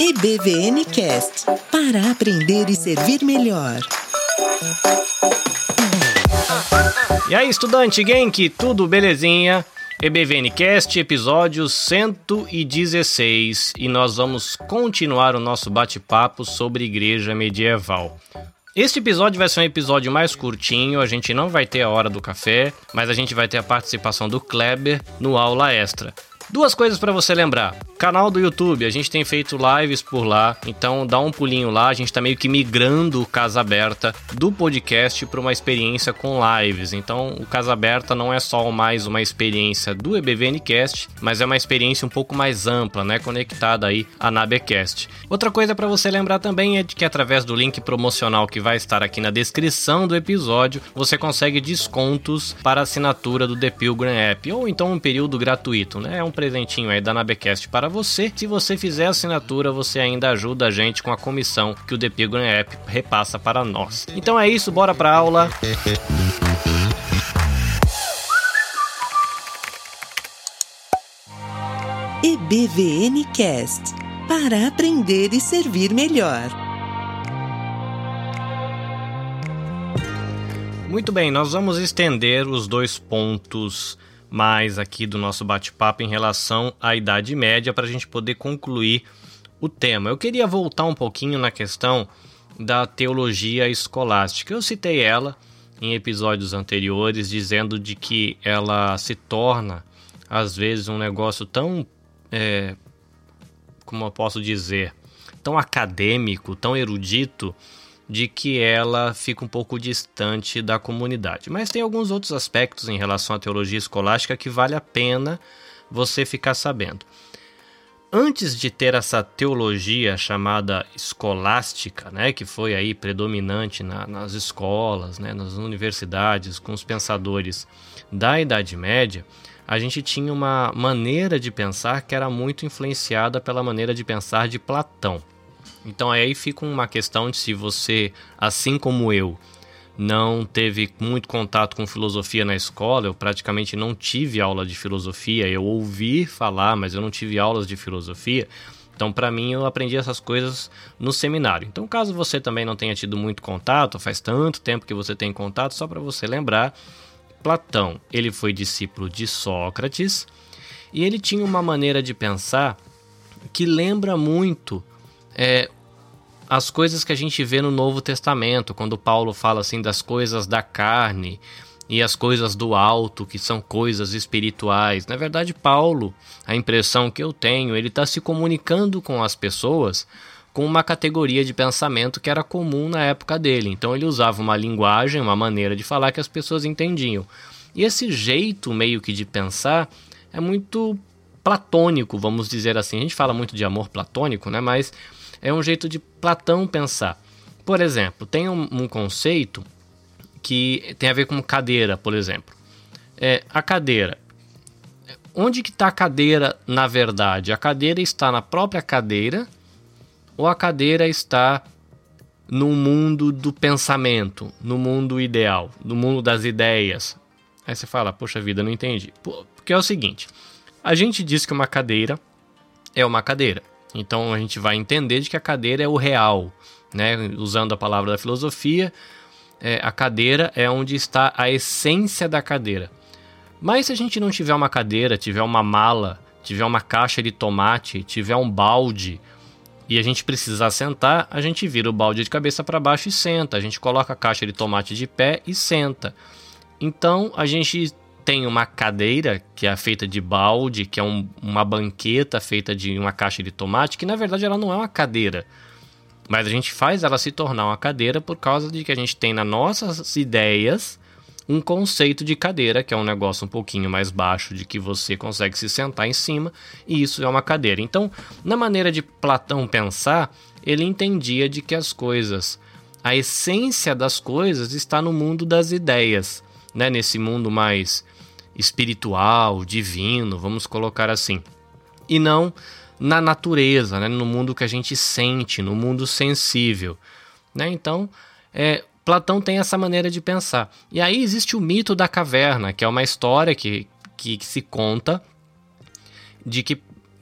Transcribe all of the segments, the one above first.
EBVN Cast, para aprender e servir melhor. E aí, estudante Genki, tudo belezinha? EBVN Cast, episódio 116, e nós vamos continuar o nosso bate-papo sobre igreja medieval. Este episódio vai ser um episódio mais curtinho, a gente não vai ter a hora do café, mas a gente vai ter a participação do Kleber no Aula Extra. Duas coisas para você lembrar: canal do YouTube, a gente tem feito lives por lá, então dá um pulinho lá, a gente tá meio que migrando o Casa Aberta do podcast para uma experiência com lives. Então o Casa Aberta não é só mais uma experiência do EBVNcast, mas é uma experiência um pouco mais ampla, né, conectada aí à Nabecast. Outra coisa para você lembrar também é de que através do link promocional que vai estar aqui na descrição do episódio, você consegue descontos para a assinatura do The Pilgrim App, ou então um período gratuito, né? É um presentinho aí da Nabecast para você. Se você fizer a assinatura, você ainda ajuda a gente com a comissão que o The Pilgrim App repassa para nós. Então é isso, bora pra aula. EBVN Cast, para aprender e servir melhor. Muito bem, nós vamos estender os dois pontos mais aqui do nosso bate-papo em relação à Idade Média para a gente poder concluir o tema. Eu queria voltar um pouquinho na questão da teologia escolástica. Eu citei ela em episódios anteriores, dizendo de que ela se torna, às vezes, um negócio tão, como eu posso dizer, tão acadêmico, tão erudito, de que ela fica um pouco distante da comunidade. Mas tem alguns outros aspectos em relação à teologia escolástica que vale a pena você ficar sabendo. Antes de ter essa teologia chamada escolástica, né, que foi aí predominante nas escolas, né, nas universidades, com os pensadores da Idade Média, a gente tinha uma maneira de pensar que era muito influenciada pela maneira de pensar de Platão. Então aí fica uma questão de se você, assim como eu, não teve muito contato com filosofia na escola. Eu praticamente não tive aula de filosofia, eu ouvi falar, mas eu não tive aulas de filosofia. Então, para mim, eu aprendi essas coisas no seminário. Então, caso você também não tenha tido muito contato, faz tanto tempo que você tem contato, só para você lembrar, Platão, ele foi discípulo de Sócrates e ele tinha uma maneira de pensar que lembra muito as coisas que a gente vê no Novo Testamento, quando Paulo fala assim das coisas da carne e as coisas do alto, que são coisas espirituais. Na verdade, Paulo, a impressão que eu tenho, ele está se comunicando com as pessoas com uma categoria de pensamento que era comum na época dele. Então ele usava uma linguagem, uma maneira de falar que as pessoas entendiam. E esse jeito meio que de pensar é muito platônico, vamos dizer assim. A gente fala muito de amor platônico, né? Mas é um jeito de Platão pensar. Por exemplo, tem um conceito que tem a ver com cadeira, por exemplo. A cadeira. Onde que está a cadeira na verdade? A cadeira está na própria cadeira ou a cadeira está no mundo do pensamento, no mundo ideal, no mundo das ideias? Aí você fala, poxa vida, não entendi. Porque é o seguinte, a gente diz que uma cadeira é uma cadeira. Então a gente vai entender de que a cadeira é o real, né? Usando a palavra da filosofia, a cadeira é onde está a essência da cadeira. Mas se a gente não tiver uma cadeira, tiver uma mala, tiver uma caixa de tomate, tiver um balde e a gente precisar sentar, a gente vira o balde de cabeça para baixo e senta. A gente coloca a caixa de tomate de pé e senta. Então a gente tem uma cadeira que é feita de balde, que é uma banqueta feita de uma caixa de tomate, que na verdade ela não é uma cadeira. Mas a gente faz ela se tornar uma cadeira por causa de que a gente tem nas nossas ideias um conceito de cadeira, que é um negócio um pouquinho mais baixo, de que você consegue se sentar em cima, e isso é uma cadeira. Então, na maneira de Platão pensar, ele entendia de que as coisas, a essência das coisas está no mundo das ideias, né? Nesse mundo mais espiritual, divino, vamos colocar assim, e não na natureza, né? No mundo que a gente sente, no mundo sensível, né? Então, Platão tem essa maneira de pensar. E aí existe o mito da caverna, que é uma história que se conta de que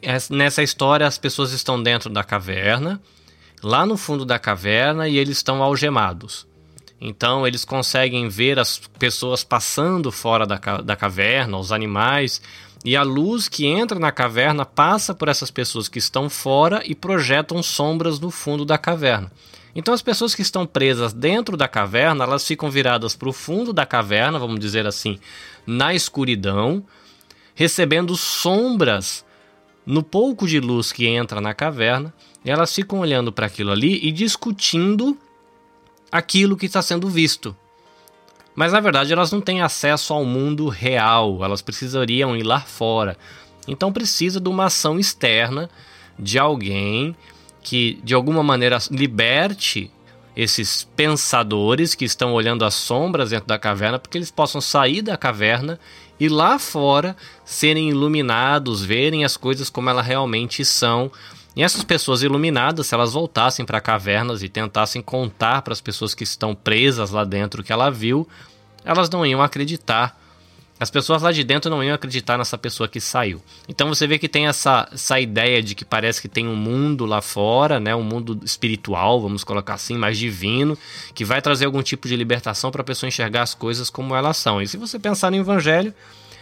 nessa história as pessoas estão dentro da caverna, lá no fundo da caverna, e eles estão algemados. Então eles conseguem ver as pessoas passando fora da caverna, os animais, e a luz que entra na caverna passa por essas pessoas que estão fora e projetam sombras no fundo da caverna. Então as pessoas que estão presas dentro da caverna, elas ficam viradas para o fundo da caverna, vamos dizer assim, na escuridão, recebendo sombras no pouco de luz que entra na caverna, e elas ficam olhando para aquilo ali e discutindo aquilo que está sendo visto. Mas na verdade elas não têm acesso ao mundo real, elas precisariam ir lá fora. Então precisa de uma ação externa de alguém que de alguma maneira liberte esses pensadores que estão olhando as sombras dentro da caverna, porque eles possam sair da caverna e lá fora serem iluminados, verem as coisas como elas realmente são. E essas pessoas iluminadas, se elas voltassem para cavernas e tentassem contar para as pessoas que estão presas lá dentro o que ela viu, elas não iam acreditar. As pessoas lá de dentro não iam acreditar nessa pessoa que saiu. Então você vê que tem essa ideia de que parece que tem um mundo lá fora, né? Um mundo espiritual, vamos colocar assim, mais divino, que vai trazer algum tipo de libertação para a pessoa enxergar as coisas como elas são. E se você pensar no Evangelho,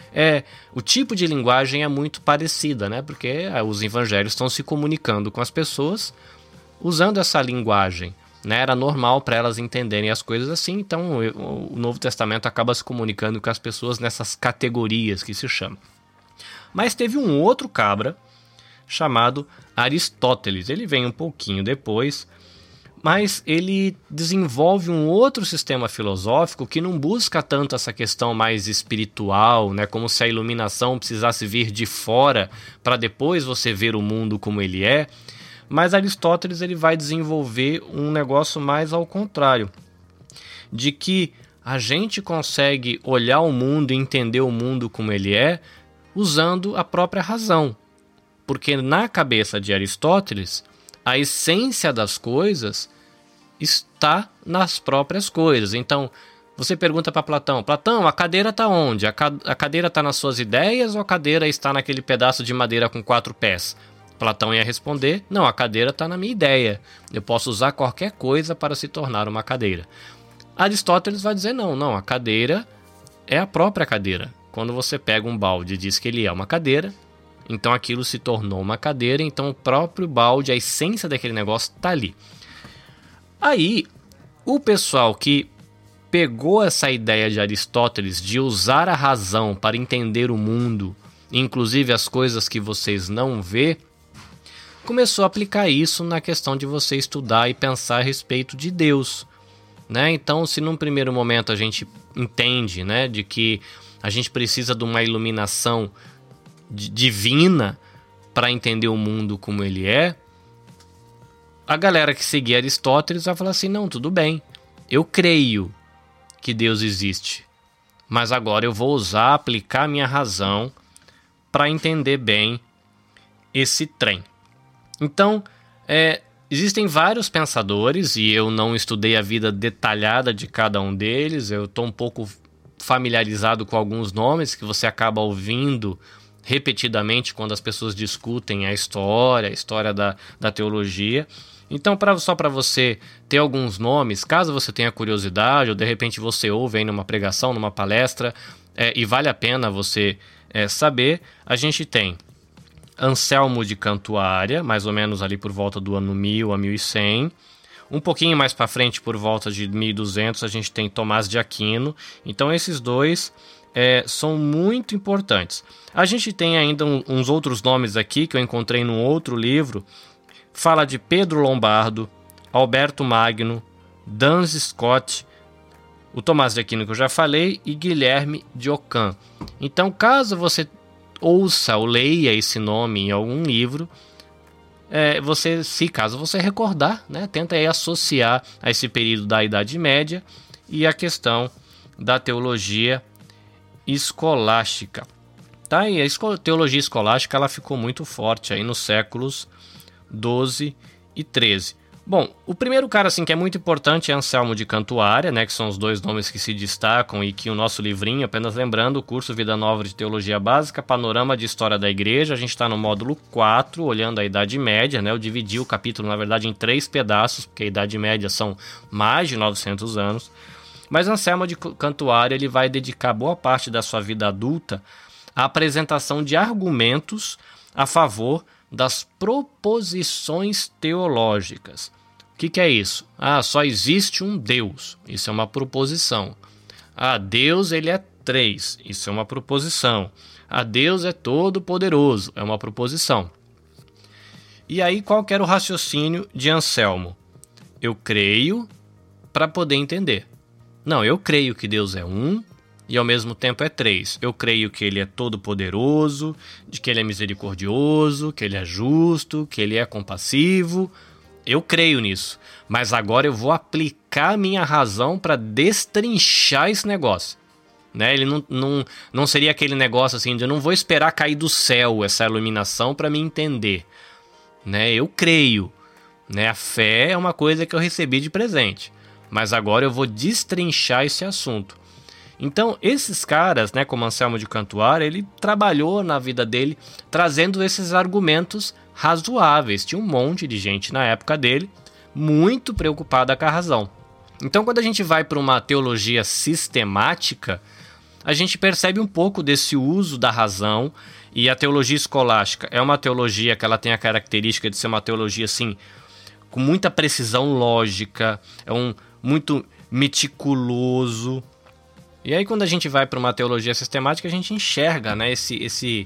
o tipo de linguagem é muito parecida, né? Porque os evangelhos estão se comunicando com as pessoas usando essa linguagem, né? Era normal para elas entenderem as coisas assim, então o Novo Testamento acaba se comunicando com as pessoas nessas categorias que se chamam. Mas teve um outro cabra chamado Aristóteles, ele vem um pouquinho depois, mas ele desenvolve um outro sistema filosófico que não busca tanto essa questão mais espiritual, né? Como se a iluminação precisasse vir de fora para depois você ver o mundo como ele é. Mas Aristóteles ele vai desenvolver um negócio mais ao contrário, de que a gente consegue olhar o mundo e entender o mundo como ele é usando a própria razão. Porque na cabeça de Aristóteles, a essência das coisas está nas próprias coisas. Então, você pergunta para Platão, a cadeira está onde? A cadeira está nas suas ideias ou a cadeira está naquele pedaço de madeira com 4 pés? Platão ia responder, não, a cadeira está na minha ideia. Eu posso usar qualquer coisa para se tornar uma cadeira. Aristóteles vai dizer, não, a cadeira é a própria cadeira. Quando você pega um balde e diz que ele é uma cadeira, então aquilo se tornou uma cadeira, então o próprio balde, a essência daquele negócio está ali. Aí, o pessoal que pegou essa ideia de Aristóteles de usar a razão para entender o mundo, inclusive as coisas que vocês não vê, começou a aplicar isso na questão de você estudar e pensar a respeito de Deus, né? Então, se num primeiro momento a gente entende, né, de que a gente precisa de uma iluminação divina para entender o mundo como ele é, a galera que seguia Aristóteles vai falar assim, não, tudo bem, eu creio que Deus existe, mas agora eu vou aplicar minha razão para entender bem esse trem. Então, existem vários pensadores, e eu não estudei a vida detalhada de cada um deles, eu estou um pouco familiarizado com alguns nomes que você acaba ouvindo repetidamente quando as pessoas discutem a história da teologia. Então, só para você ter alguns nomes, caso você tenha curiosidade, ou de repente você ouve aí numa pregação, numa palestra, e vale a pena você saber, a gente tem Anselmo de Cantuária, mais ou menos ali por volta do ano 1000 a 1100. Um pouquinho mais para frente, por volta de 1200, a gente tem Tomás de Aquino. Então, esses dois são muito importantes. A gente tem ainda uns outros nomes aqui que eu encontrei num outro livro. Fala de Pedro Lombardo, Alberto Magno, Duns Scott, o Tomás de Aquino que eu já falei e Guilherme de Ockham. Então, caso você ouça ou leia esse nome em algum livro, caso você recordar, né, tenta aí associar a esse período da Idade Média e a questão da teologia escolástica. Tá? E a teologia escolástica ela ficou muito forte aí nos séculos 12 e 13. Bom, o primeiro cara assim que é muito importante é Anselmo de Cantuária, né, que são os dois nomes que se destacam e que o nosso livrinho, apenas lembrando, o curso Vida Nova de Teologia Básica, Panorama de História da Igreja, a gente está no módulo 4, olhando a Idade Média, né, eu dividi o capítulo, na verdade, em 3 pedaços, porque a Idade Média são mais de 900 anos, mas Anselmo de Cantuária ele vai dedicar boa parte da sua vida adulta à apresentação de argumentos a favor das proposições teológicas. O que é isso? Só existe um Deus. Isso é uma proposição. Deus ele é 3. Isso é uma proposição. Deus é todo poderoso. É uma proposição. E aí qual que era o raciocínio de Anselmo? Eu creio para poder entender. Não, eu creio que Deus é um e ao mesmo tempo é 3. Eu creio que ele é todo poderoso, de que ele é misericordioso, que ele é justo, que ele é compassivo. Eu creio nisso, mas agora eu vou aplicar minha razão para destrinchar esse negócio. Né? Ele não seria aquele negócio assim de eu não vou esperar cair do céu essa iluminação para me entender. Né? Eu creio. Né? A fé é uma coisa que eu recebi de presente, mas agora eu vou destrinchar esse assunto. Então, esses caras, né, como Anselmo de Cantuária, ele trabalhou na vida dele trazendo esses argumentos razoáveis. Tinha um monte de gente na época dele muito preocupada com a razão. Então, quando a gente vai para uma teologia sistemática, a gente percebe um pouco desse uso da razão. E a teologia escolástica é uma teologia que ela tem a característica de ser uma teologia assim, com muita precisão lógica, muito meticuloso. E aí quando a gente vai para uma teologia sistemática, a gente enxerga, né, esse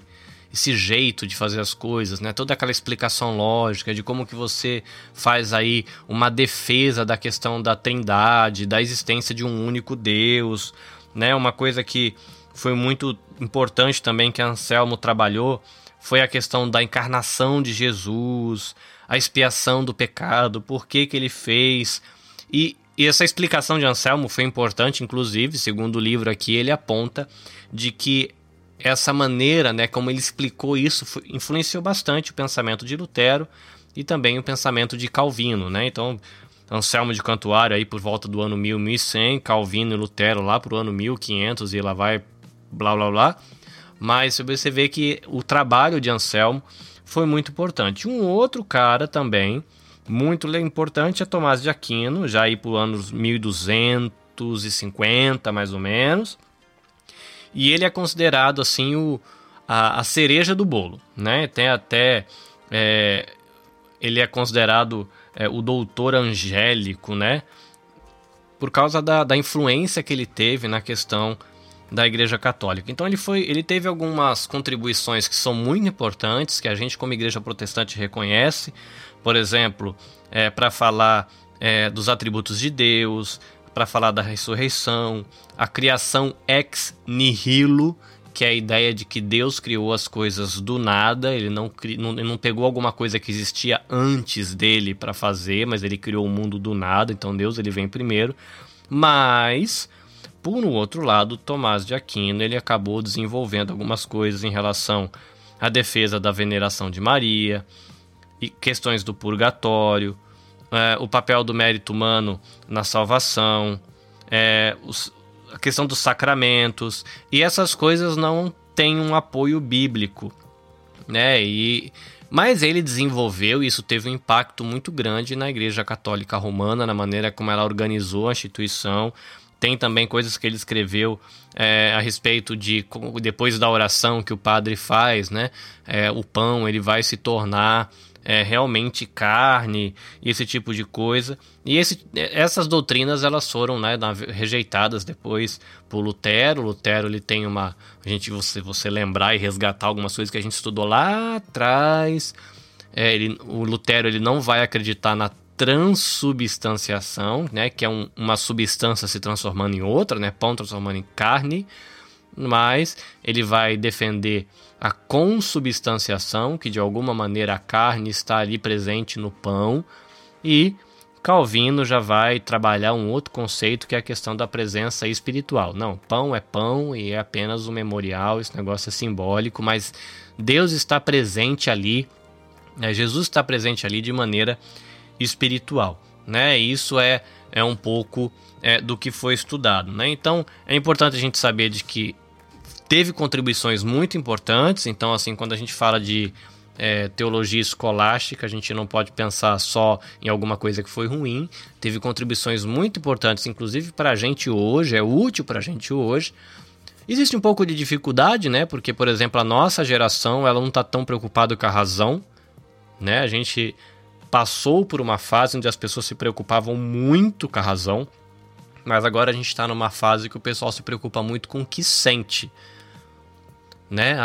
jeito de fazer as coisas, né, toda aquela explicação lógica de como que você faz aí uma defesa da questão da trindade, da existência de um único Deus, né, uma coisa que foi muito importante também que Anselmo trabalhou foi a questão da encarnação de Jesus, a expiação do pecado, por que ele fez. E essa explicação de Anselmo foi importante, inclusive, segundo o livro aqui, ele aponta de que essa maneira, né, como ele explicou isso, influenciou bastante o pensamento de Lutero e também o pensamento de Calvino. Né? Então, Anselmo de Cantuária aí por volta do ano 1000, 1100, Calvino e Lutero lá para o ano 1500 e lá vai blá blá blá. Mas você vê que o trabalho de Anselmo foi muito importante. Um outro cara também muito importante é Tomás de Aquino, já aí por anos 1250 mais ou menos. E ele é considerado assim a cereja do bolo, né? Tem até ele é considerado o doutor angélico, né? Por causa da influência que ele teve na questão da Igreja Católica. Então ele teve algumas contribuições que são muito importantes, que a gente como Igreja Protestante reconhece. Por exemplo, para falar dos atributos de Deus, para falar da ressurreição, a criação ex nihilo, que é a ideia de que Deus criou as coisas do nada, ele não pegou alguma coisa que existia antes dele para fazer, mas ele criou o mundo do nada, então Deus ele vem primeiro. Mas, por um outro lado, Tomás de Aquino ele acabou desenvolvendo algumas coisas em relação à defesa da veneração de Maria, e questões do purgatório, o papel do mérito humano na salvação, a questão dos sacramentos, e essas coisas não têm um apoio bíblico, né? Mas ele desenvolveu, e isso teve um impacto muito grande na Igreja Católica Romana, na maneira como ela organizou a instituição. Tem também coisas que ele escreveu a respeito de, depois da oração que o padre faz, né? O pão ele vai se tornar realmente carne, esse tipo de coisa. E essas doutrinas elas foram, né, rejeitadas depois por Lutero. Lutero ele tem você lembrar e resgatar algumas coisas que a gente estudou lá atrás. O Lutero ele não vai acreditar na transubstanciação, né, que é uma substância se transformando em outra, né, pão transformando em carne, mas ele vai defender a consubstanciação, que de alguma maneira a carne está ali presente no pão, e Calvino já vai trabalhar um outro conceito que é a questão da presença espiritual. Não, pão e é apenas um memorial, esse negócio é simbólico, mas Deus está presente ali, Jesus está presente ali de maneira espiritual, né? Isso é um pouco do que foi estudado, né? Então é importante a gente saber de que teve contribuições muito importantes. Então, assim, quando a gente fala de teologia escolástica, a gente não pode pensar só em alguma coisa que foi ruim. Teve contribuições muito importantes, inclusive para a gente hoje, é útil para a gente hoje. Existe um pouco de dificuldade, né? Porque, por exemplo, a nossa geração, ela não está tão preocupada com a razão, né? A gente passou por uma fase onde as pessoas se preocupavam muito com a razão, mas agora a gente está numa fase que o pessoal se preocupa muito com o que sente, né?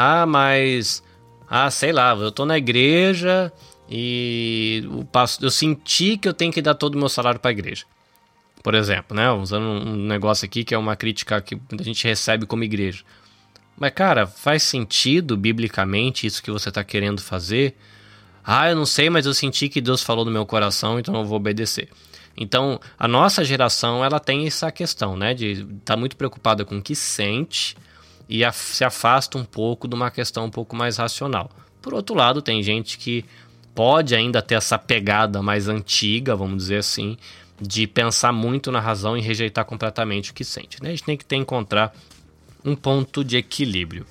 Sei lá, eu tô na igreja e eu senti que eu tenho que dar todo o meu salário para a igreja. Por exemplo, né? Usando um negócio aqui que é uma crítica que a gente recebe como igreja. Mas, cara, faz sentido biblicamente isso que você está querendo fazer? Eu não sei, mas eu senti que Deus falou no meu coração, então eu vou obedecer. Então, a nossa geração, ela tem essa questão, né? De estar muito preocupada com o que sente e se afasta um pouco de uma questão um pouco mais racional. Por outro lado, tem gente que pode ainda ter essa pegada mais antiga, vamos dizer assim, de pensar muito na razão e rejeitar completamente o que sente, né? A gente tem que encontrar um ponto de equilíbrio.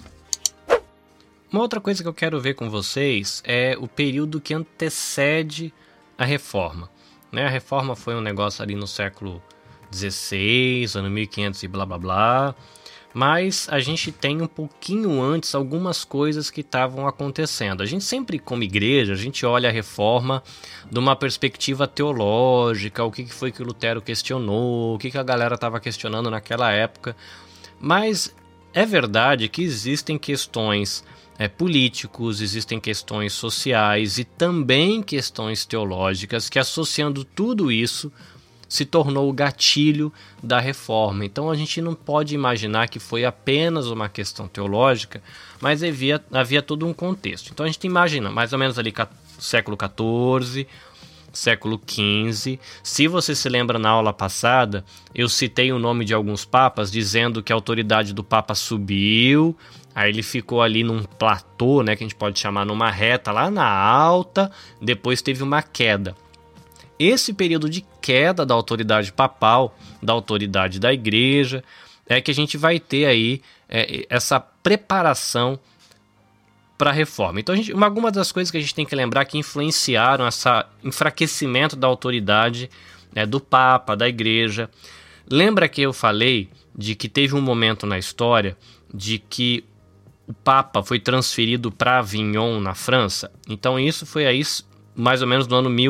Uma outra coisa que eu quero ver com vocês é o período que antecede a reforma, né? A reforma foi um negócio ali no século XVI, ano 1500 e blá blá blá, mas a gente tem um pouquinho antes algumas coisas que estavam acontecendo. A gente sempre, como igreja, a gente olha a reforma de uma perspectiva teológica, o que foi que o Lutero questionou, o que a galera estava questionando naquela época, mas é verdade que existem questões políticos, existem questões sociais e também questões teológicas que, associando tudo isso, se tornou o gatilho da reforma. Então a gente não pode imaginar que foi apenas uma questão teológica, mas havia todo um contexto. Então a gente imagina, mais ou menos ali século XIV, século XV. Se você se lembra, na aula passada, eu citei o nome de alguns papas, dizendo que a autoridade do papa subiu, aí ele ficou ali num platô, né, que a gente pode chamar numa reta lá na alta, depois teve uma queda. Esse período de queda da autoridade papal, da autoridade da igreja, é que a gente vai ter aí essa preparação para a reforma. Então, algumas das coisas que a gente tem que lembrar que influenciaram esse enfraquecimento da autoridade do Papa, da igreja. Lembra que eu falei de que teve um momento na história de que o Papa foi transferido para Avignon, na França? Então, isso foi aí mais ou menos no ano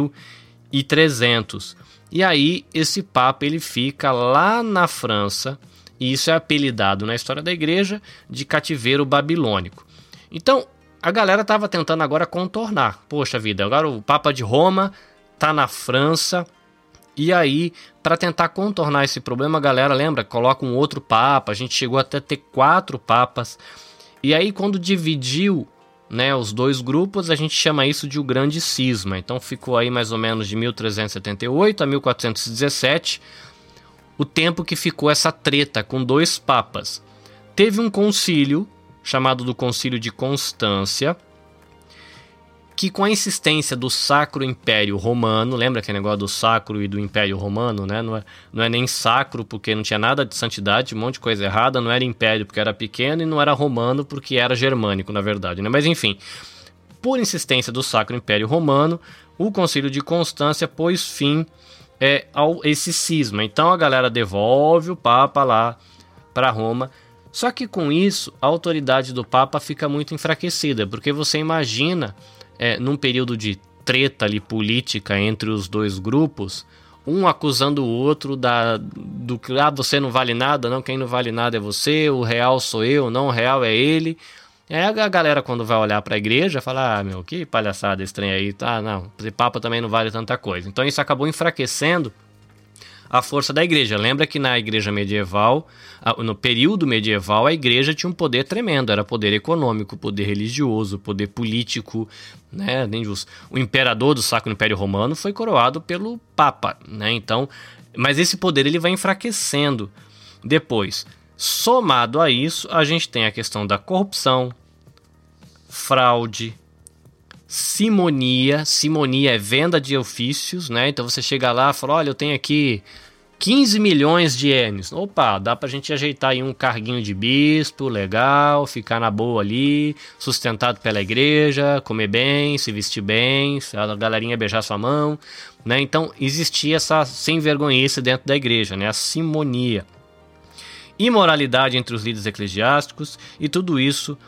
1300. E aí esse Papa ele fica lá na França, e isso é apelidado na história da igreja de cativeiro babilônico. Então a galera estava tentando agora contornar. Poxa vida, agora o Papa de Roma está na França, e aí para tentar contornar esse problema, a galera, lembra, coloca um outro Papa. A gente chegou até a ter 4 papas, e aí quando dividiu, né, os dois grupos, a gente chama isso de o Grande Cisma. Então ficou aí mais ou menos de 1378 a 1417, o tempo que ficou essa treta com 2 papas. Teve um concílio, chamado do Concílio de Constância, que, com a insistência do Sacro Império Romano, lembra aquele negócio do Sacro e do Império Romano, né? Não é nem sacro porque não tinha nada de santidade, um monte de coisa errada, não era império porque era pequeno, e não era romano porque era germânico, na verdade, né? Mas enfim, por insistência do Sacro Império Romano, o Concílio de Constância pôs fim a esse cisma. Então a galera devolve o Papa lá para Roma. Só que com isso a autoridade do Papa fica muito enfraquecida, porque você imagina, num período de treta ali política entre os dois grupos, um acusando o outro do que você não vale nada, não, quem não vale nada é você, o real sou eu, não, o real é ele. E aí a galera, quando vai olhar para a igreja, fala, meu, que palhaçada esse trem aí, tá, não, esse Papa também não vale tanta coisa. Então isso acabou enfraquecendo a força da igreja. Lembra que na igreja medieval, no período medieval, a igreja tinha um poder tremendo, era poder econômico, poder religioso, poder político, né? O imperador do Sacro Império Romano foi coroado pelo Papa, né? Então, mas esse poder ele vai enfraquecendo depois. Somado a isso, a gente tem a questão da corrupção, fraude, simonia. Simonia é venda de ofícios, né? Então você chega lá e fala, olha, eu tenho aqui 15 milhões de ienes. Opa, dá pra gente ajeitar aí um carguinho de bispo, legal, ficar na boa ali, sustentado pela igreja, comer bem, se vestir bem, a galerinha beijar sua mão, né? Então existia essa sem vergonhice dentro da igreja, né? A simonia. Imoralidade entre os líderes eclesiásticos, e tudo isso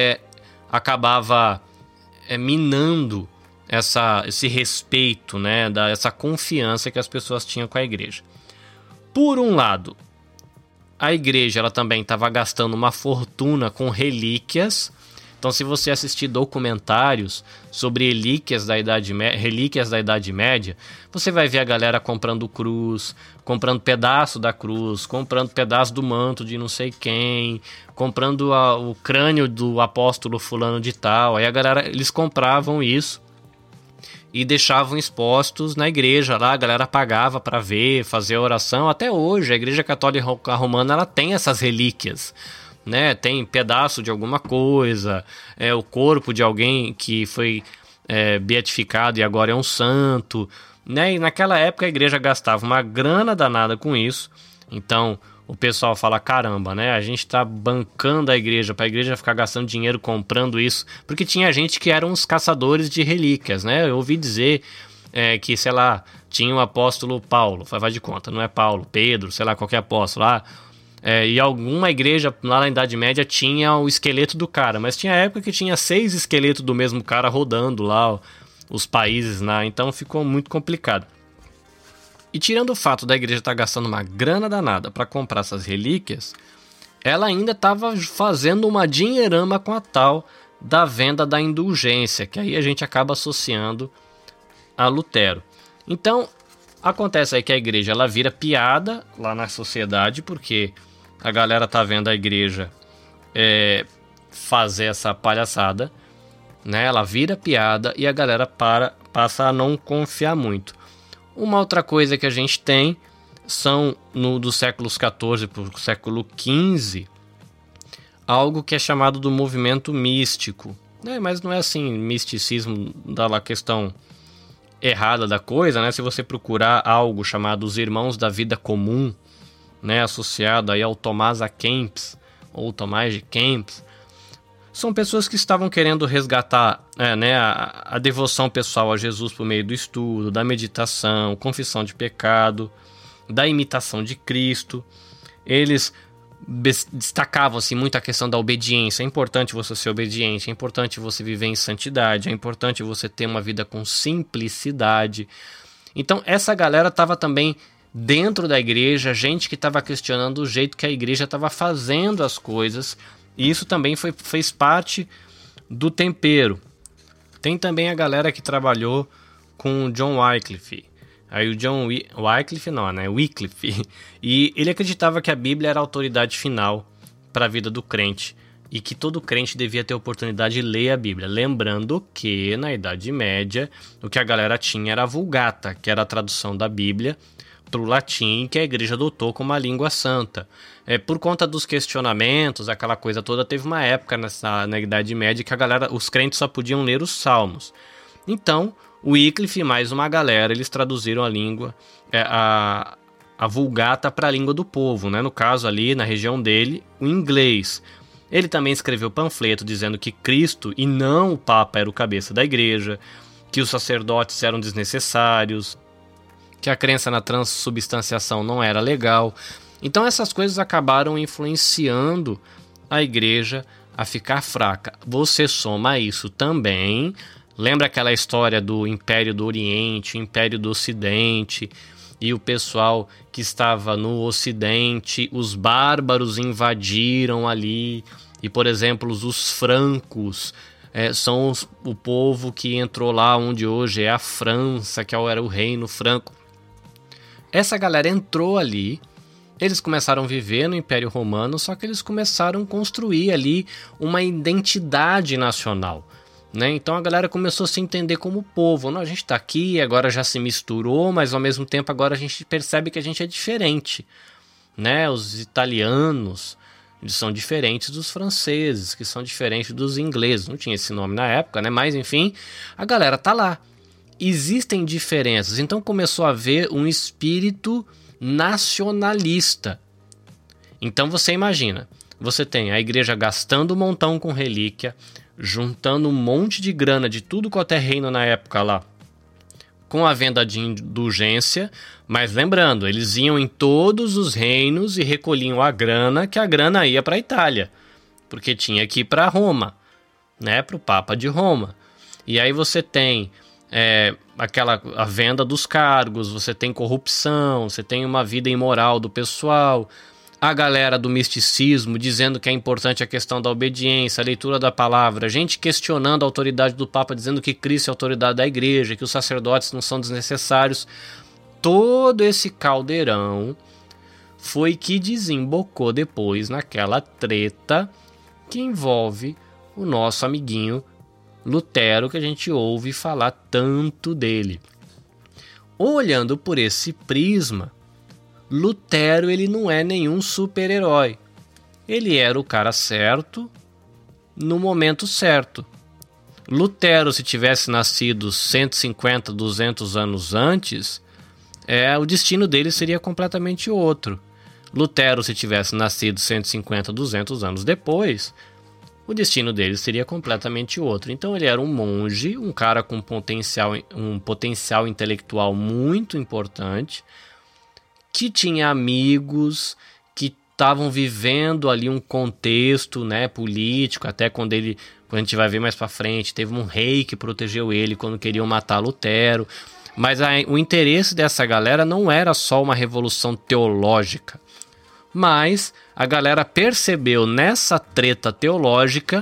acabava minando esse respeito, né? Essa confiança que as pessoas tinham com a igreja. Por um lado, a igreja ela também estava gastando uma fortuna com relíquias. Então, se você assistir documentários sobre relíquias da Idade Média, você vai ver a galera comprando cruz, comprando pedaço da cruz, comprando pedaço do manto de não sei quem, comprando o crânio do apóstolo fulano de tal. Aí a galera, eles compravam isso e deixavam expostos na igreja lá, a galera pagava para ver, fazer oração. Até hoje a Igreja Católica Romana ela tem essas relíquias, né? Tem pedaço de alguma coisa, o corpo de alguém que foi beatificado e agora é um santo, né? E naquela época a igreja gastava uma grana danada com isso. Então o pessoal fala, caramba, né? A gente tá bancando a igreja pra igreja ficar gastando dinheiro comprando isso. Porque tinha gente que eram os caçadores de relíquias, né? Eu ouvi dizer que, sei lá, tinha o apóstolo Paulo, faz de conta, não é Paulo, Pedro, sei lá, qualquer apóstolo lá. E alguma igreja lá na Idade Média tinha o esqueleto do cara, mas tinha época que tinha 6 esqueletos do mesmo cara rodando lá os países, né? Então ficou muito complicado. E tirando o fato da igreja estar gastando uma grana danada para comprar essas relíquias, ela ainda estava fazendo uma dinheirama com a tal da venda da indulgência, que aí a gente acaba associando a Lutero. Então, acontece aí que a igreja ela vira piada lá na sociedade, porque a galera tá vendo a igreja fazer essa palhaçada, né? Ela vira piada e a galera passa a não confiar muito. Uma outra coisa que a gente tem são, dos séculos XIV para o século XV, algo que é chamado do movimento místico. Mas não é assim, misticismo da questão errada da coisa, né? Se você procurar algo chamado os Irmãos da Vida Comum, né? Associado aí ao Tomás A. Kempis, ou Tomás de Kempis, são pessoas que estavam querendo resgatar a devoção pessoal a Jesus por meio do estudo, da meditação, confissão de pecado, da imitação de Cristo. Eles destacavam assim, muito a questão da obediência. É importante você ser obediente, é importante você viver em santidade, é importante você ter uma vida com simplicidade. Então essa galera estava também dentro da igreja, gente que estava questionando o jeito que a igreja estava fazendo as coisas. E isso também fez parte do tempero. Tem também a galera que trabalhou com o John Wycliffe. Aí o John Wycliffe não, né? Wycliffe. E ele acreditava que a Bíblia era a autoridade final para a vida do crente. E que todo crente devia ter a oportunidade de ler a Bíblia. Lembrando que na Idade Média o que a galera tinha era a Vulgata, que era a tradução da Bíblia para o latim, que a igreja adotou como a língua santa. Por conta dos questionamentos, aquela coisa toda, teve uma época na Idade Média que os crentes só podiam ler os salmos. Então, o Wycliffe e mais uma galera, eles traduziram a língua, a Vulgata para a língua do povo, né? No caso ali, na região dele, o inglês. Ele também escreveu panfleto dizendo que Cristo e não o Papa era o cabeça da igreja, que os sacerdotes eram desnecessários, que a crença na transubstanciação não era legal. Então essas coisas acabaram influenciando a igreja a ficar fraca. Você soma isso também, lembra aquela história do Império do Oriente, Império do Ocidente, e o pessoal que estava no Ocidente, os bárbaros invadiram ali, e por exemplo os francos são o povo que entrou lá onde hoje é a França, que era o reino franco. Essa galera entrou ali, eles começaram a viver no Império Romano, só que eles começaram a construir ali uma identidade nacional, né? Então a galera começou a se entender como povo. Não, a gente está aqui, agora já se misturou, mas ao mesmo tempo agora a gente percebe que a gente é diferente, né? Os italianos Eles são diferentes dos franceses, que são diferentes dos ingleses. Não tinha esse nome na época, né? Mas enfim, a galera tá lá. Existem diferenças. Então começou a haver um espírito nacionalista. Então você imagina, você tem a igreja gastando um montão com relíquia, juntando um monte de grana de tudo quanto é reino na época lá, com a venda de indulgência, mas lembrando, eles iam em todos os reinos e recolhiam a grana, que a grana ia para a Itália, porque tinha que ir para Roma, né, para o Papa de Roma. E aí você tem a venda dos cargos, você tem corrupção, você tem uma vida imoral do pessoal, a galera do misticismo dizendo que é importante a questão da obediência, a leitura da palavra, gente questionando a autoridade do Papa, dizendo que Cristo é a autoridade da igreja, que os sacerdotes não são desnecessários. Todo esse caldeirão foi que desembocou depois naquela treta que envolve o nosso amiguinho Lutero, que a gente ouve falar tanto dele. Olhando por esse prisma, Lutero ele não é nenhum super-herói. Ele era o cara certo no momento certo. Lutero, se tivesse nascido 150, 200 anos antes, o destino dele seria completamente outro. Lutero, se tivesse nascido 150, 200 anos depois, o destino dele seria completamente outro. Então ele era um monge, um cara com um potencial intelectual muito importante, que tinha amigos, que estavam vivendo ali um contexto, né, político, até quando a gente vai ver mais para frente, teve um rei que protegeu ele quando queriam matar Lutero. Mas o interesse dessa galera não era só uma revolução teológica, mas a galera percebeu nessa treta teológica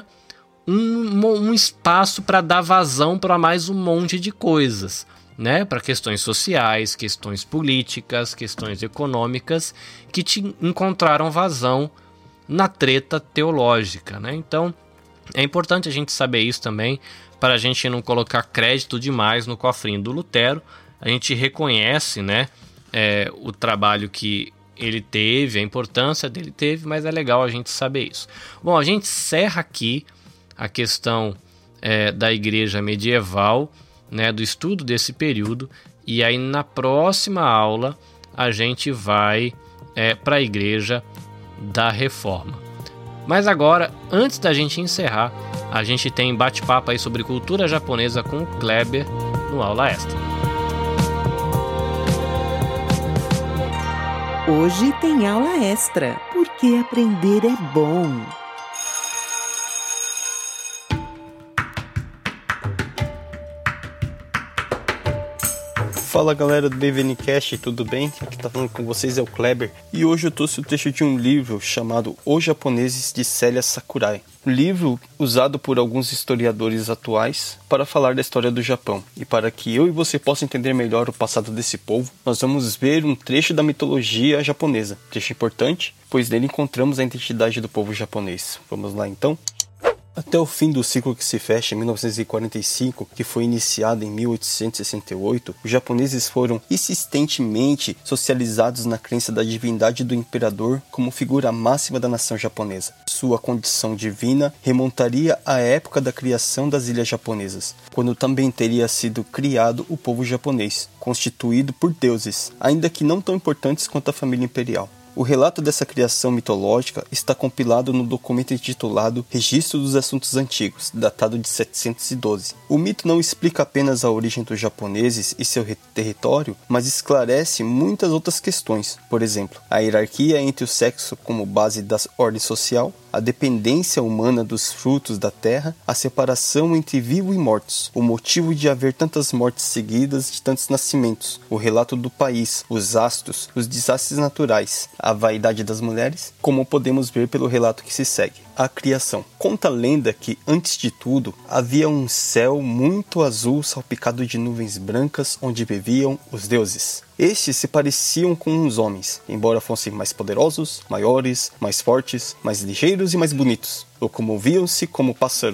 um espaço para dar vazão para mais um monte de coisas, né? Para questões sociais, questões políticas, questões econômicas que encontraram vazão na treta teológica, né? Então é importante a gente saber isso também, para a gente não colocar crédito demais no cofrinho do Lutero. A gente reconhece, né, o trabalho que ele teve, a importância dele teve, mas é legal a gente saber isso. Bom, a gente encerra aqui a questão da igreja medieval, né, do estudo desse período, e aí na próxima aula a gente vai para a igreja da Reforma. Mas agora, antes da gente encerrar, a gente tem bate-papo aí sobre cultura japonesa com o Kleber no Aula Extra. Hoje tem aula extra, porque aprender é bom. Fala galera do BVNcast, tudo bem? Aqui tá falando com vocês é o Kleber, e hoje eu trouxe o trecho de um livro chamado Os Japoneses, de Célia Sakurai. Um livro usado por alguns historiadores atuais para falar da história do Japão. E para que eu e você possam entender melhor o passado desse povo, nós vamos ver um trecho da mitologia japonesa. Trecho importante, pois nele encontramos a identidade do povo japonês. Vamos lá então? Até o fim do ciclo que se fecha em 1945, que foi iniciado em 1868, os japoneses foram insistentemente socializados na crença da divindade do imperador como figura máxima da nação japonesa. Sua condição divina remontaria à época da criação das ilhas japonesas, quando também teria sido criado o povo japonês, constituído por deuses, ainda que não tão importantes quanto a família imperial. O relato dessa criação mitológica está compilado no documento intitulado Registro dos Assuntos Antigos, datado de 712. O mito não explica apenas a origem dos japoneses e seu território, mas esclarece muitas outras questões. Por exemplo, a hierarquia entre o sexo como base da ordem social, a dependência humana dos frutos da terra, a separação entre vivos e mortos, o motivo de haver tantas mortes seguidas de tantos nascimentos, o relato do país, os astros, os desastres naturais, a vaidade das mulheres, como podemos ver pelo relato que se segue. A criação. Conta a lenda que, antes de tudo, havia um céu muito azul salpicado de nuvens brancas onde viviam os deuses. Estes se pareciam com os homens, embora fossem mais poderosos, maiores, mais fortes, mais ligeiros e mais bonitos. Locomoviam-se como pássaros.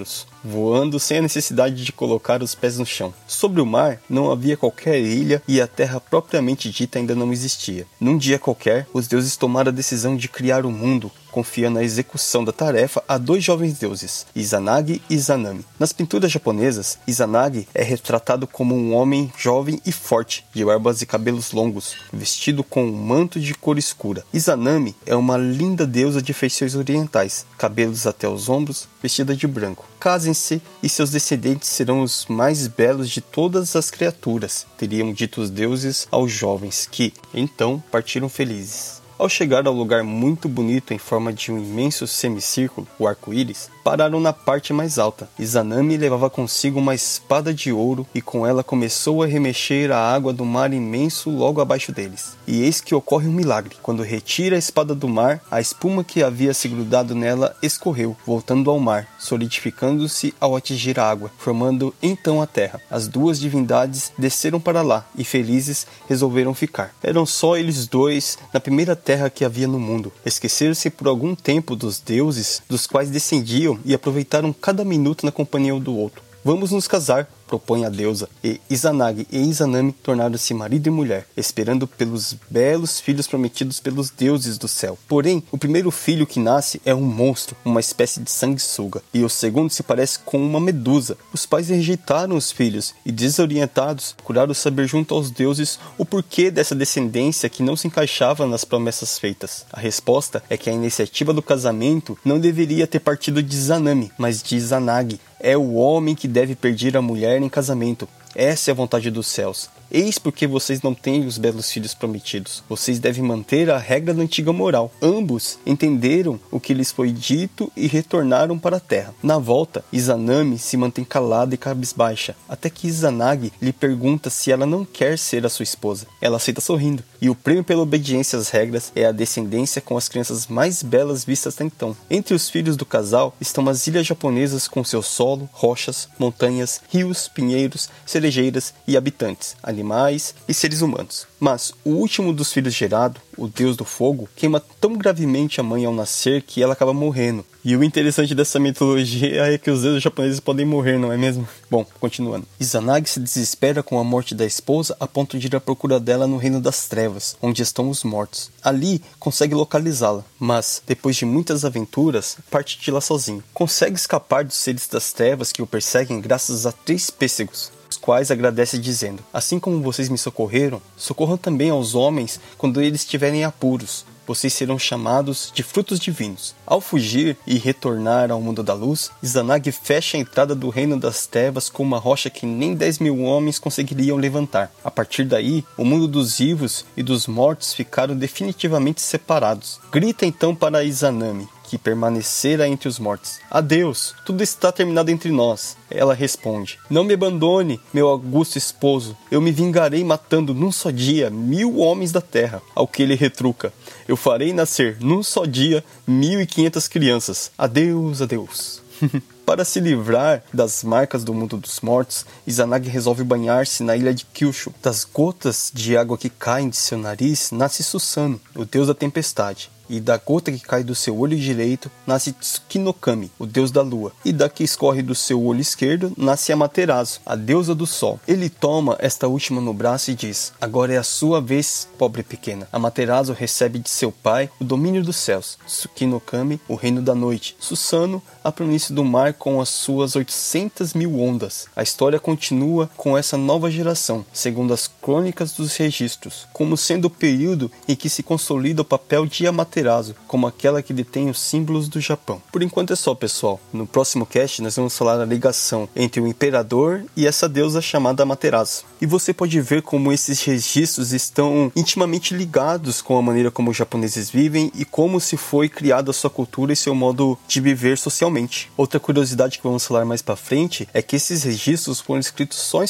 voando sem a necessidade de colocar os pés no chão. Sobre o mar não havia qualquer ilha e a terra propriamente dita ainda não existia. Num dia qualquer, os deuses tomaram a decisão de criar o mundo, confiando a execução da tarefa a 2 jovens deuses, Izanagi e Izanami. Nas pinturas japonesas, Izanagi é retratado como um homem jovem e forte, de barbas e cabelos longos, vestido com um manto de cor escura. Izanami é uma linda deusa de feições orientais, cabelos até os ombros, vestida de branco. Casem-se e seus descendentes serão os mais belos de todas as criaturas, teriam dito os deuses aos jovens, que, então, partiram felizes. Ao chegar ao lugar muito bonito em forma de um imenso semicírculo, o arco-íris, pararam na parte mais alta. Izanami levava consigo uma espada de ouro e com ela começou a remexer a água do mar imenso logo abaixo deles. E eis que ocorre um milagre. Quando retira a espada do mar, a espuma que havia se grudado nela escorreu, voltando ao mar, solidificando-se ao atingir a água, formando então a terra. As 2 divindades desceram para lá e felizes resolveram ficar. Eram só eles 2 na primeira terra que havia no mundo. Esqueceram-se por algum tempo dos deuses dos quais descendiam e aproveitaram cada minuto na companhia um do outro. Vamos nos casar, propõe a deusa, e Izanagi e Izanami tornaram-se marido e mulher, esperando pelos belos filhos prometidos pelos deuses do céu. Porém, o primeiro filho que nasce é um monstro, uma espécie de sanguessuga, e o segundo se parece com uma medusa. Os pais rejeitaram os filhos e, desorientados, procuraram saber junto aos deuses o porquê dessa descendência que não se encaixava nas promessas feitas. A resposta é que a iniciativa do casamento não deveria ter partido de Izanami, mas de Izanagi. É o homem que deve pedir a mulher em casamento. Essa é a vontade dos céus. Eis porque vocês não têm os belos filhos prometidos. Vocês devem manter a regra da antiga moral. Ambos entenderam o que lhes foi dito e retornaram para a terra. Na volta, Izanami se mantém calada e cabisbaixa, até que Izanagi lhe pergunta se ela não quer ser a sua esposa. Ela aceita sorrindo, e o prêmio pela obediência às regras é a descendência com as crianças mais belas vistas até então. Entre os filhos do casal estão as ilhas japonesas com seu solo, rochas, montanhas, rios, pinheiros, cerejeiras e habitantes, animais e seres humanos. Mas o último dos filhos gerado, o deus do fogo, queima tão gravemente a mãe ao nascer que ela acaba morrendo. E o interessante dessa mitologia é que os deuses japoneses podem morrer, não é mesmo? Bom, continuando. Izanagi se desespera com a morte da esposa a ponto de ir à procura dela no reino das trevas, onde estão os mortos. Ali, consegue localizá-la, mas, depois de muitas aventuras, parte de lá sozinho. Consegue escapar dos seres das trevas que o perseguem graças a 3 pêssegos, os quais agradece dizendo: assim como vocês me socorreram, socorram também aos homens quando eles estiverem apuros. Vocês serão chamados de frutos divinos. Ao fugir e retornar ao mundo da luz, Izanagi fecha a entrada do reino das trevas com uma rocha que nem 10.000 homens conseguiriam levantar. A partir daí, o mundo dos vivos e dos mortos ficaram definitivamente separados. Grita então para Izanami, que permanecera entre os mortos: adeus, tudo está terminado entre nós. Ela responde: não me abandone, meu augusto esposo, eu me vingarei matando num só dia 1.000 homens da terra. Ao que ele retruca: eu farei nascer num só dia 1.500 crianças. Adeus, adeus. Para se livrar das marcas do mundo dos mortos, Izanagi resolve banhar-se na ilha de Kyushu. Das gotas de água que caem de seu nariz, nasce Susano, o deus da tempestade. E da gota que cai do seu olho direito, nasce Tsukinokami, o deus da lua. E da que escorre do seu olho esquerdo, nasce Amaterasu, a deusa do sol. Ele toma esta última no braço e diz: agora é a sua vez, pobre pequena. Amaterasu recebe de seu pai o domínio dos céus, Tsukinokami, o reino da noite, Susano, a planície do mar com as suas 800.000 ondas. A história continua com essa nova geração, segundo as crônicas dos registros, como sendo o período em que se consolida o papel de Amaterasu como aquela que detém os símbolos do Japão. Por enquanto é só, pessoal. No próximo cast nós vamos falar da ligação entre o imperador e essa deusa chamada Amaterasu. E você pode ver como esses registros estão intimamente ligados com a maneira como os japoneses vivem e como se foi criada a sua cultura e seu modo de viver socialmente. Outra curiosidade que vamos falar mais para frente é que esses registros foram escritos só em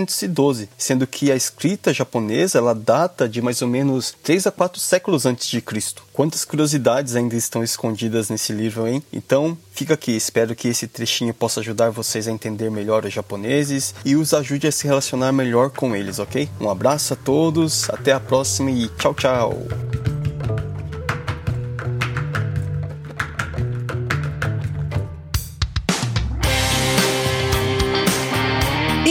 712, sendo que a escrita japonesa ela data de mais ou menos 3 a 4 séculos antes de Cristo. Quantas curiosidades ainda estão escondidas nesse livro, hein? Então, fica aqui. Espero que esse trechinho possa ajudar vocês a entender melhor os japoneses e os ajude a se relacionar melhor com eles, ok? Um abraço a todos, até a próxima e tchau, tchau!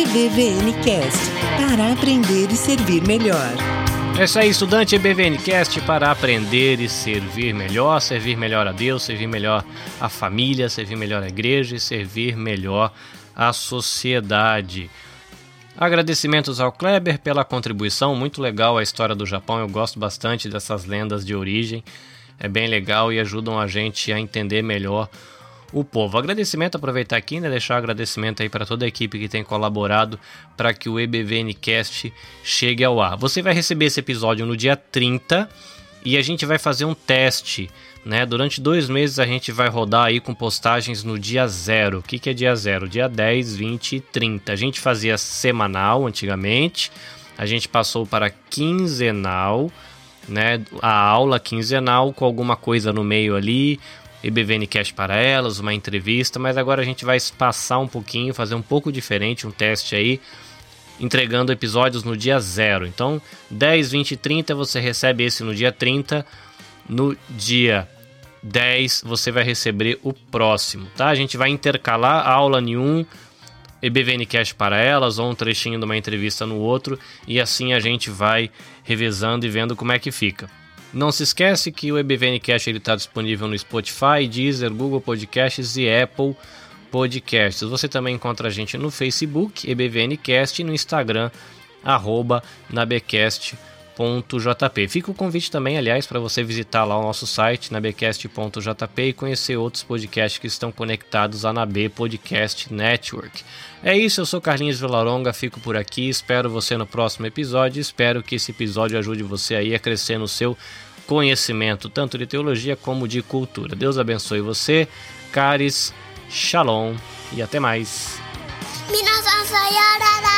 EBVNcast, para aprender e servir melhor. É isso aí, estudante EBVNcast, para aprender e servir melhor a Deus, servir melhor a família, servir melhor a igreja e servir melhor a sociedade. Agradecimentos ao Kleber pela contribuição, muito legal a história do Japão, eu gosto bastante dessas lendas de origem, é bem legal e ajudam a gente a entender melhor o povo. Agradecimento, aproveitar aqui, né, deixar um agradecimento aí para toda a equipe que tem colaborado para que o EBVNcast chegue ao ar. Você vai receber esse episódio no dia 30 e a gente vai fazer um teste, né? Durante 2 meses a gente vai rodar aí com postagens no dia 0. O que é dia 0? Dia 10, 20 e 30. A gente fazia semanal antigamente, a gente passou para quinzenal, né? A aula quinzenal com alguma coisa no meio ali, EBVNcast para elas, uma entrevista, mas agora a gente vai passar um pouquinho, fazer um pouco diferente, um teste aí, entregando episódios no dia 0. Então, 10, 20 e 30 você recebe esse no dia 30, no dia 10 você vai receber o próximo, tá? A gente vai intercalar a aula em um, EBVNcast para elas, ou um trechinho de uma entrevista no outro, e assim a gente vai revezando e vendo como é que fica. Não se esquece que o EBVNcast está disponível no Spotify, Deezer, Google Podcasts e Apple Podcasts. Você também encontra a gente no Facebook, EBVNcast, e no Instagram, @nabecast.jp. Fica o convite também, aliás, para você visitar lá o nosso site, nabecast.jp, e conhecer outros podcasts que estão conectados à NAB Podcast Network. É isso, eu sou Carlinhos Villaronga, fico por aqui, espero você no próximo episódio, espero que esse episódio ajude você aí a crescer no seu conhecimento, tanto de teologia como de cultura. Deus abençoe você, caris, shalom e até mais. 皆さんさようなら